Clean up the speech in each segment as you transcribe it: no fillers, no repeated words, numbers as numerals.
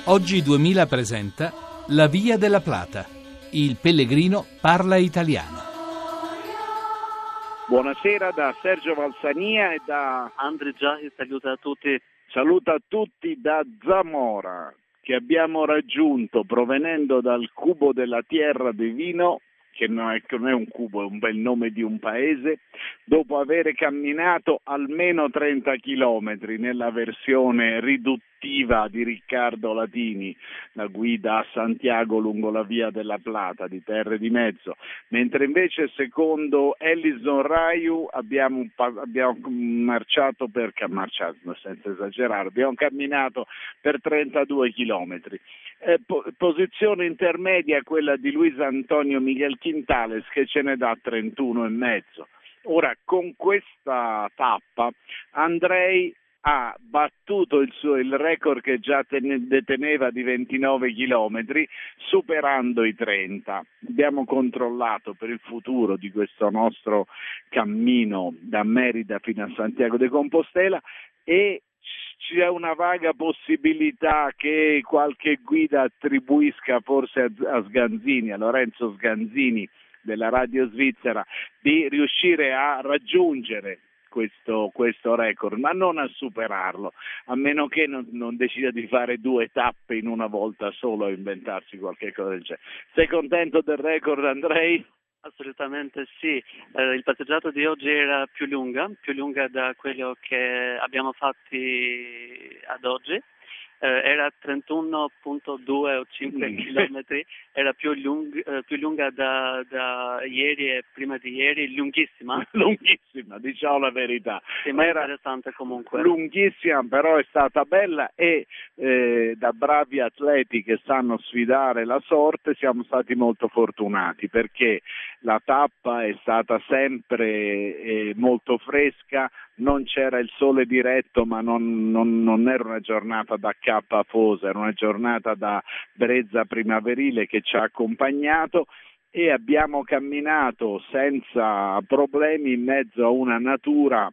Oggi 2000 presenta La Via della Plata. Il pellegrino parla italiano. Buonasera da Sergio Valsania e da Andri Giahi, saluta a tutti. Saluta a tutti da Zamora, che abbiamo raggiunto provenendo dal Cubo della Tierra di Vino, che non è un cubo, è un bel nome di un paese, dopo aver camminato almeno 30 chilometri nella versione riduttiva di Riccardo Latini, la guida a Santiago lungo la Via della Plata di Terre di Mezzo, mentre invece secondo Ellison Raiu abbiamo marciato senza esagerare, abbiamo camminato per 32 chilometri. Posizione intermedia quella di Luis Antonio Miguel Quintales, che ce ne dà 31 e mezzo. Ora, con questa tappa Andrei ha battuto il record che già deteneva di 29 chilometri, superando i 30. Abbiamo controllato per il futuro di questo nostro cammino da Merida fino a Santiago de Compostela e c'è una vaga possibilità che qualche guida attribuisca forse a Sganzini, a Lorenzo Sganzini della Radio Svizzera, di riuscire a raggiungere questo record, ma non a superarlo, a meno che non decida di fare 2 tappe in una volta solo a inventarsi qualche cosa del genere. Sei contento del record, Andrei? Assolutamente sì, il passeggiato di oggi era più lunga da quello che abbiamo fatti ad oggi, era 31.2 o 5 chilometri, era più lunga da ieri e prima di ieri, lunghissima, diciamo la verità. Sì, ma era interessante comunque. Lunghissima, però è stata bella e da bravi atleti che sanno sfidare la sorte siamo stati molto fortunati, perché la tappa è stata sempre molto fresca, non c'era il sole diretto, ma non era una giornata da K afosa, era una giornata da brezza primaverile che ci ha accompagnato e abbiamo camminato senza problemi in mezzo a una natura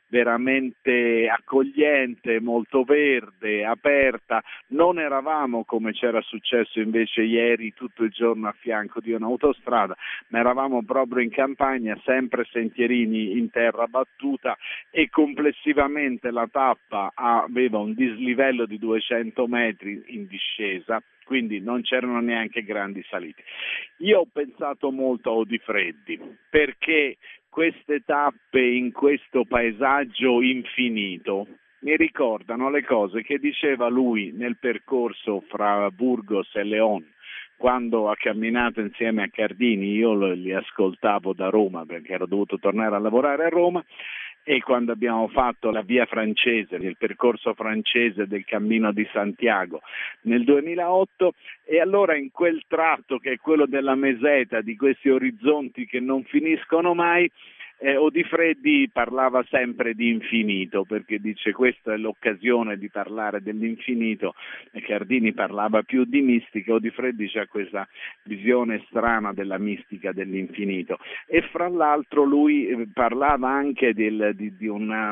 veramente accogliente, molto verde, aperta. Non eravamo, come c'era successo invece ieri, tutto il giorno a fianco di un'autostrada, ma eravamo proprio in campagna, sempre sentierini in terra battuta, e complessivamente la tappa aveva un dislivello di 200 metri in discesa, quindi non c'erano neanche grandi salite. Io ho pensato molto a Odifreddi, perché queste tappe in questo paesaggio infinito mi ricordano le cose che diceva lui nel percorso fra Burgos e León, quando ha camminato insieme a Cardini. Io li ascoltavo da Roma perché ero dovuto tornare a lavorare a Roma, e quando abbiamo fatto la via francese, il percorso francese del Cammino di Santiago nel 2008, e allora in quel tratto che è quello della meseta, di questi orizzonti che non finiscono mai, Odifreddi parlava sempre di infinito, perché dice questa è l'occasione di parlare dell'infinito, e Cardini parlava più di mistica, Odifreddi c'ha questa visione strana della mistica dell'infinito, e fra l'altro lui parlava anche di una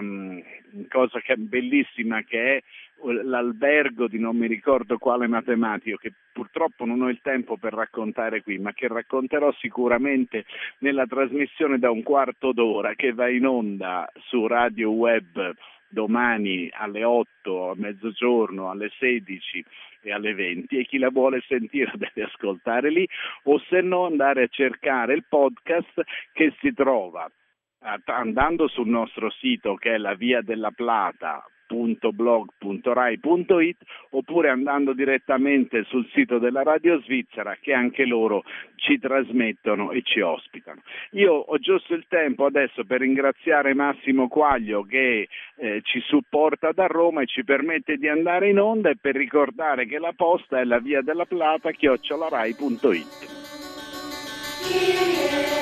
cosa che è bellissima, che è l'albergo di non mi ricordo quale matematico, che purtroppo non ho il tempo per raccontare qui, ma che racconterò sicuramente nella trasmissione da un quarto d'ora che va in onda su Radio Web domani alle 8, a mezzogiorno, alle 16 e alle 20, e chi la vuole sentire deve ascoltare lì, o se no andare a cercare il podcast che si trova andando sul nostro sito, che è la Via della Plata .blog.rai.it, oppure andando direttamente sul sito della Radio Svizzera, che anche loro ci trasmettono e ci ospitano. Io ho giusto il tempo adesso per ringraziare Massimo Quaglio che ci supporta da Roma e ci permette di andare in onda, e per ricordare che la posta è la Via della Plata @rai.it.